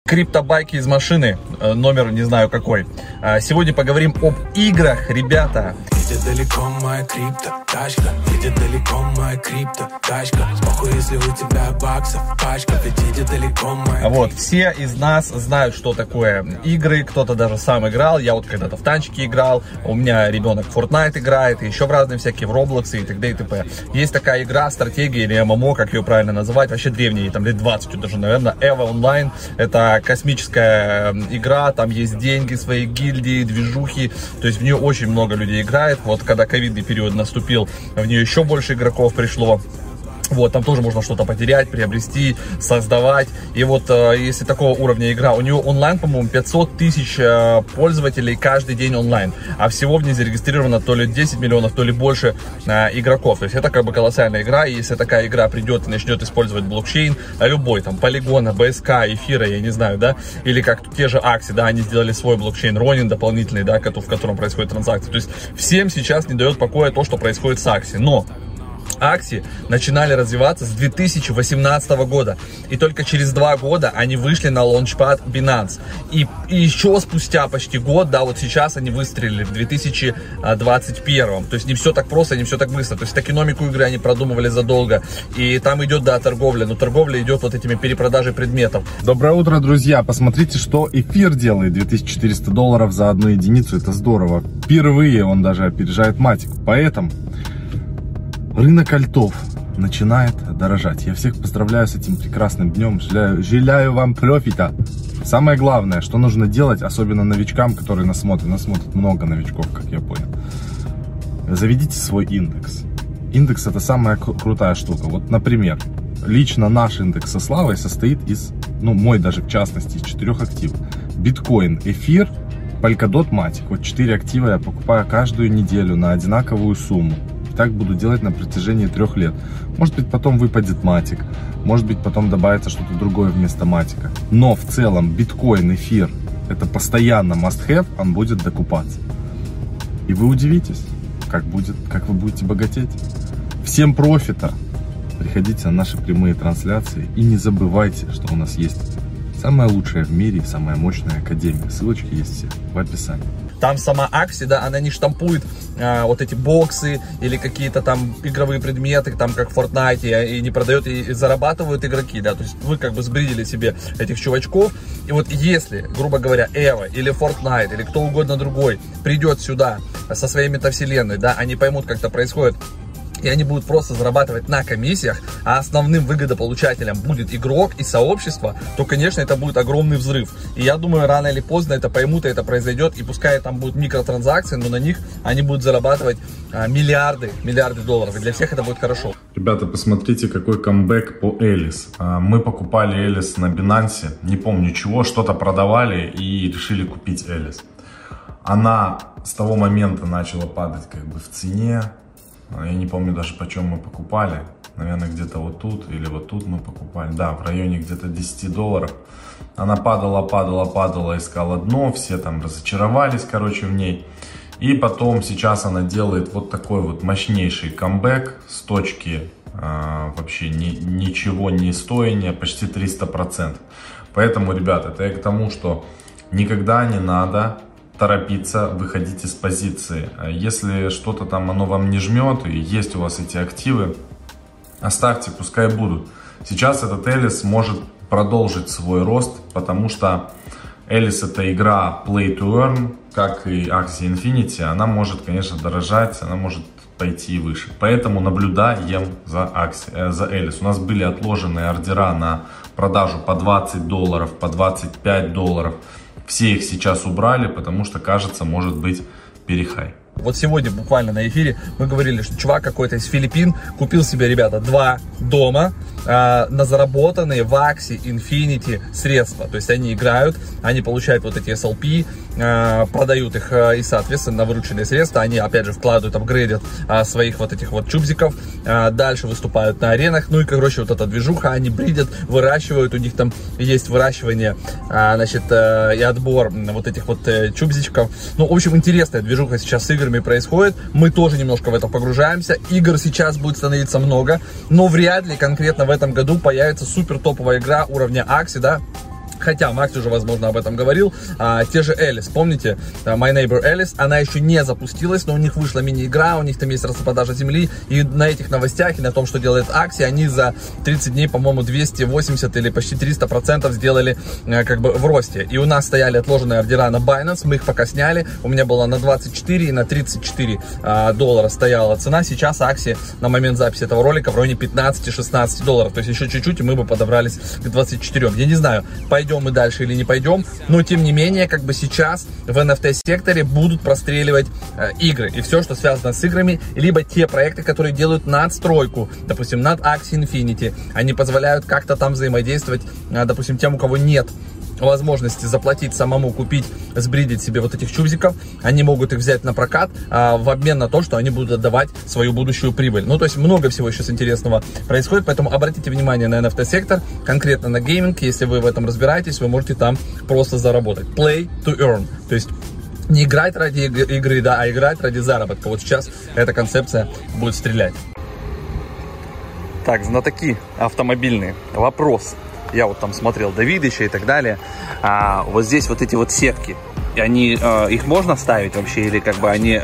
Криптобайки из машины, номер не знаю какой. Сегодня поговорим об играх, ребята. Едет далеко моя крипто-тачка, едет далеко моя крипто-тачка. Спокой, если у тебя баксов пачка, ведь едет далеко моя. Вот, все из нас знают, что такое игры, кто-то даже сам играл. Я вот когда-то в танчики играл, у меня ребенок в Fortnite играет, и еще в разные всякие, в Roblox и т.д. и т.п. Есть такая игра, стратегия или ММО, как ее правильно называть, вообще древняя, там лет 20 даже, наверное, EVO Online. Это космическая игра, там есть деньги, свои гильдии, движухи, то есть в нее очень много людей играет. Вот когда ковидный период наступил, в нее еще больше игроков пришло. Вот, там тоже можно что-то потерять, приобрести, создавать. И вот, если такого уровня игра, у нее онлайн, по-моему, 500 тысяч пользователей каждый день онлайн. А всего в ней зарегистрировано то ли 10 миллионов, то ли больше игроков. То есть это как бы колоссальная игра. И если такая игра придет и начнет использовать блокчейн, любой, там, Полигона, БСК, Эфира, я не знаю, да, или как те же Axie, да, они сделали свой блокчейн Ronin дополнительный, да, в котором происходит транзакция. То есть всем сейчас не дает покоя то, что происходит с Axie. Но Axie начинали развиваться с 2018 года. И только через 2 года они вышли на лаунчпад Binance. И еще спустя почти год, да, вот сейчас они выстрелили в 2021. То есть не все так просто, не все так быстро. То есть токеномику игры они продумывали задолго. И там идет, да, торговля. Но торговля идет вот этими перепродажей предметов. Доброе утро, друзья. Посмотрите, что эфир делает. $2400 за одну единицу. Это здорово. Впервые он даже опережает Matic. Поэтому рынок альтов начинает дорожать. Я всех поздравляю с этим прекрасным днем. Желаю вам профита. Самое главное, что нужно делать, особенно новичкам, которые нас смотрят. Нас смотрит много новичков, как я понял. Заведите свой индекс. Индекс — это самая крутая штука. Вот, например, лично наш индекс со Славой состоит из, ну, мой даже в частности, из 4 активов. Биткоин, эфир, Polkadot, Matic. Вот 4 актива я покупаю каждую неделю на одинаковую сумму. Так буду делать на протяжении 3 лет. Может быть, потом выпадет Matic, может быть, потом добавится что-то другое вместо Matic. Но в целом биткоин, эфир — это постоянно must have, он будет докупаться. И вы удивитесь, как вы будете богатеть. Всем профита! Приходите на наши прямые трансляции и не забывайте, что у нас есть самая лучшая в мире и самая мощная академия. Ссылочки есть все в описании. Там сама Axie, да, она не штампует вот эти боксы или какие-то там игровые предметы, там как в Fortnite, и не продает, и зарабатывают игроки, да, то есть вы как бы сбридили себе этих чувачков, и вот если, грубо говоря, EVO или Fortnite или кто угодно другой придет сюда со своей метавселенной, да, они поймут, как это происходит, и они будут просто зарабатывать на комиссиях, а основным выгодополучателем будет игрок и сообщество, то, конечно, это будет огромный взрыв. И я думаю, рано или поздно это поймут, и это произойдет, и пускай там будут микротранзакции, но на них они будут зарабатывать миллиарды долларов, и для всех это будет хорошо. Ребята, посмотрите, какой камбэк по Элис. Мы покупали Элис на Binance, не помню чего, что-то продавали и решили купить Элис. Она с того момента начала падать как бы в цене. Я не помню даже, почем мы покупали. Наверное, где-то вот тут или вот тут мы покупали. Да, в районе где-то $10. Она падала, искала дно. Все там разочаровались, короче, в ней. И потом сейчас она делает вот такой вот мощнейший камбэк с точки вообще ничего не стояния, почти 300%. Поэтому, ребята, это я к тому, что никогда не надо торопиться выходить из позиции. Если что-то там оно вам не жмет и есть у вас эти активы, оставьте, пускай будут. Сейчас этот Элис может продолжить свой рост, потому что Элис — это игра play to earn, как и Axie Infinity. Она может, конечно, дорожать, она может пойти выше. Поэтому наблюдаем за Элис. У нас были отложены ордера на продажу по $20, по $25. Все их сейчас убрали, потому что, кажется, может быть перехай. Вот сегодня буквально на эфире мы говорили, что чувак какой-то из Филиппин купил себе, ребята, 2 дома на заработанные в Axie Infinity средства. То есть они играют, они получают вот эти SLP, продают их и, соответственно, на вырученные средства они, опять же, вкладывают, апгрейдят своих вот этих вот чубзиков, дальше выступают на аренах, ну и, короче, вот эта движуха, они бридят, выращивают, у них там есть выращивание, значит, и отбор вот этих вот чубзичков. Ну, в общем, интересная движуха сейчас с играми происходит, мы тоже немножко в это погружаемся, игр сейчас будет становиться много, но вряд ли конкретно в этом году появится супер топовая игра уровня Axie, да, Хотя Макс уже, возможно, об этом говорил. Те же Alice, помните? My Neighbor Alice, она еще не запустилась, но у них вышла мини-игра, у них там есть распродажа земли. И на этих новостях, и на том, что делает Axie, они за 30 дней, по-моему, 280 или почти 300% сделали как бы в росте. И у нас стояли отложенные ордера на Binance, мы их пока сняли. У меня было на 24 и на 34 доллара стояла цена. Сейчас Axie на момент записи этого ролика в районе 15-16 долларов. То есть еще чуть-чуть, и мы бы подобрались к 24. Я не знаю, пойдем мы дальше или не пойдем, но тем не менее, как бы сейчас в NFT-секторе будут простреливать игры и все, что связано с играми, либо те проекты, которые делают надстройку, допустим, над Axie Infinity, они позволяют как-то там взаимодействовать, допустим, тем, у кого нет возможности заплатить самому, купить, сбридить себе вот этих чубзиков, они могут их взять на прокат в обмен на то, что они будут отдавать свою будущую прибыль. Ну, то есть много всего сейчас интересного происходит, поэтому обратите внимание на NFT-сектор, конкретно на гейминг, если вы в этом разбираетесь, вы можете там просто заработать. Play to earn, то есть не играть ради игры, да, а играть ради заработка. Вот сейчас эта концепция будет стрелять. Так, знатоки автомобильные. Вопрос. Я вот там смотрел Давидыча и так далее. Вот здесь вот эти вот сетки, они, их можно ставить вообще? Или как бы они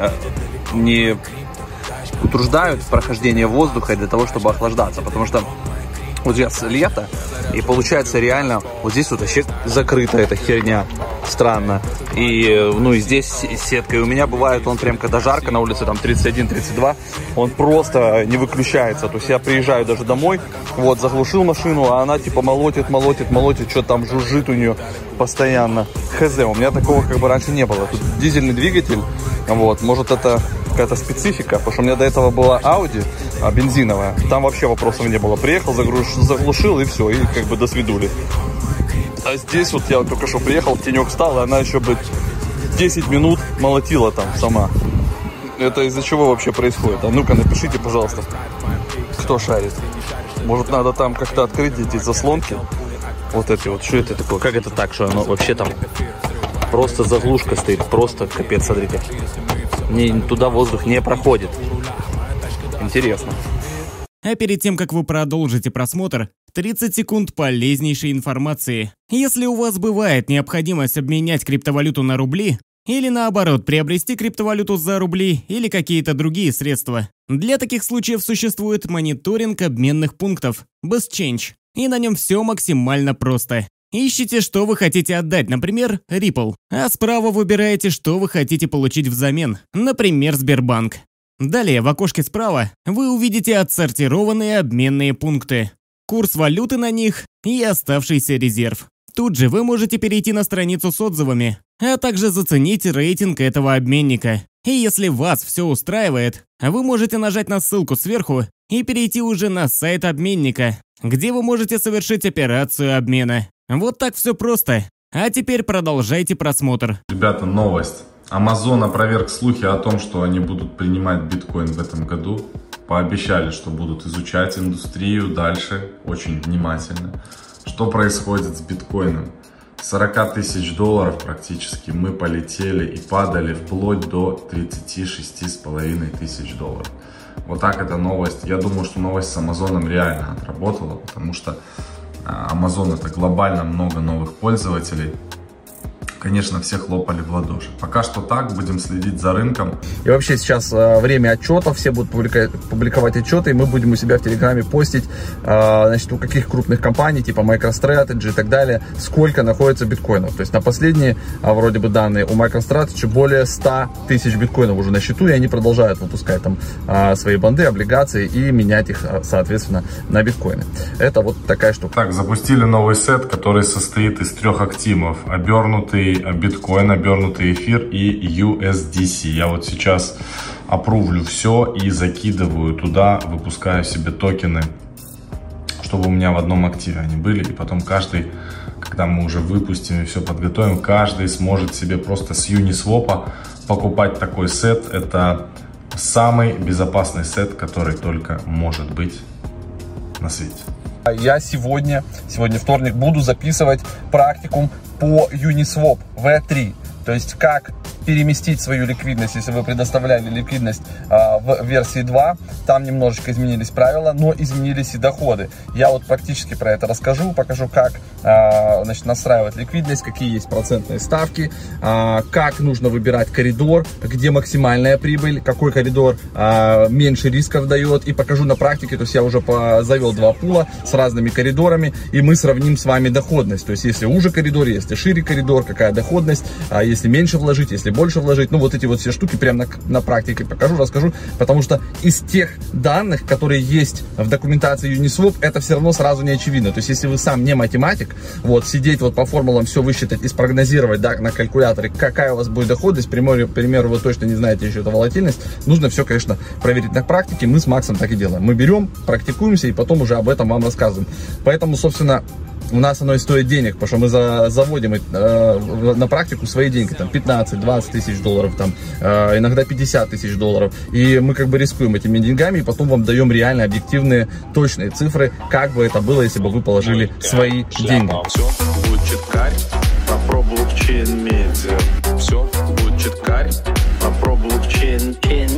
не утруждают прохождение воздуха для того, чтобы охлаждаться? Потому что вот сейчас лето, и получается реально вот здесь вот вообще закрыта эта херня. Странно. И, ну, и здесь сетка. И у меня бывает, он прям, когда жарко на улице, там 31-32, он просто не выключается. То есть я приезжаю даже домой, вот, заглушил машину, а она типа молотит, что там жужжит у нее постоянно. Хз, у меня такого как бы раньше не было. Тут дизельный двигатель, вот, может это какая-то специфика, потому что у меня до этого была Audi бензиновая, там вообще вопросов не было. Приехал, заглушил и все, и как бы до свидули. А здесь вот я только что приехал, в тенек встал, и она еще, блядь, 10 минут молотила там сама. Это из-за чего вообще происходит? А ну-ка напишите, пожалуйста, кто шарит. Может, надо там как-то открыть эти заслонки. Вот эти вот, что это такое? Как это так, что оно вообще там просто заглушка стоит, просто капец, смотрите. Туда воздух не проходит. Интересно. А перед тем, как вы продолжите просмотр, 30 секунд полезнейшей информации. Если у вас бывает необходимость обменять криптовалюту на рубли, или наоборот, приобрести криптовалюту за рубли или какие-то другие средства, для таких случаев существует мониторинг обменных пунктов BestChange, и на нем все максимально просто. Ищите, что вы хотите отдать, например, Ripple, а справа выбираете, что вы хотите получить взамен, например, Сбербанк. Далее в окошке справа вы увидите отсортированные обменные пункты, курс валюты на них и оставшийся резерв. Тут же вы можете перейти на страницу с отзывами, а также заценить рейтинг этого обменника. И если вас все устраивает, вы можете нажать на ссылку сверху и перейти уже на сайт обменника, где вы можете совершить операцию обмена. Вот так все просто. А теперь продолжайте просмотр. Ребята, новость. Amazon опроверг слухи о том, что они будут принимать биткоин в этом году. Пообещали, что будут изучать индустрию дальше очень внимательно. Что происходит с биткоином? С 40 тысяч долларов практически мы полетели и падали вплоть до 36,5 тысяч долларов. Вот так эта новость. Я думаю, что новость с Amazon реально отработала, потому что Amazon это глобально много новых пользователей. Конечно, все хлопали в ладоши. Пока что так, будем следить за рынком. И вообще сейчас время отчетов, все будут публиковать отчеты, и мы будем у себя в Телеграме постить, значит, у каких крупных компаний, типа MicroStrategy и так далее, сколько находится биткоинов. То есть на последние, вроде бы, данные у MicroStrategy более 100 тысяч биткоинов уже на счету, и они продолжают выпускать там свои банды, облигации и менять их, соответственно, на биткоины. Это вот такая штука. Так, запустили новый сет, который состоит из 3 активов. Обернутый биткоин, обернутый эфир и USDC. Я вот сейчас апрувлю все и закидываю туда, выпускаю себе токены, чтобы у меня в одном активе они были. И потом каждый, когда мы уже выпустим и все подготовим, каждый сможет себе просто с Uniswap покупать такой сет. Это самый безопасный сет, который только может быть на свете. Я сегодня вторник, буду записывать практикум по Uniswap V3. То есть как переместить свою ликвидность, если вы предоставляли ликвидность в версии 2, там немножечко изменились правила, но изменились и доходы. Я вот практически про это расскажу, покажу, как значит, настраивать ликвидность, какие есть процентные ставки, как нужно выбирать коридор, где максимальная прибыль, какой коридор меньше рисков дает, и покажу на практике. То есть я уже завел 2 пула с разными коридорами, и мы сравним с вами доходность. То есть если уже коридор, если шире коридор, какая доходность, если меньше вложить, если больше вложить. Ну вот эти вот все штуки прямо на практике покажу, расскажу, потому что из тех данных, которые есть в документации Uniswap, это все равно сразу не очевидно. То есть если вы сам не математик, вот сидеть вот по формулам все высчитать и спрогнозировать, да, на калькуляторе, какая у вас будет доходность, к примеру, вы точно не знаете еще эту волатильность, нужно все, конечно, проверить на практике. Мы с Максом так и делаем. Мы берем, практикуемся и потом уже об этом вам рассказываем. Поэтому, собственно, у нас оно и стоит денег, потому что мы заводим на практику свои деньги, там 15-20 тысяч долларов, там, иногда 50 тысяч долларов. И мы как бы рискуем этими деньгами, и потом вам даем реально объективные, точные цифры, как бы это было, если бы вы положили свои деньги. Все будет читкарь, попробуй блокчейн медиа. Все будет читкарь, попробуй блокчейн.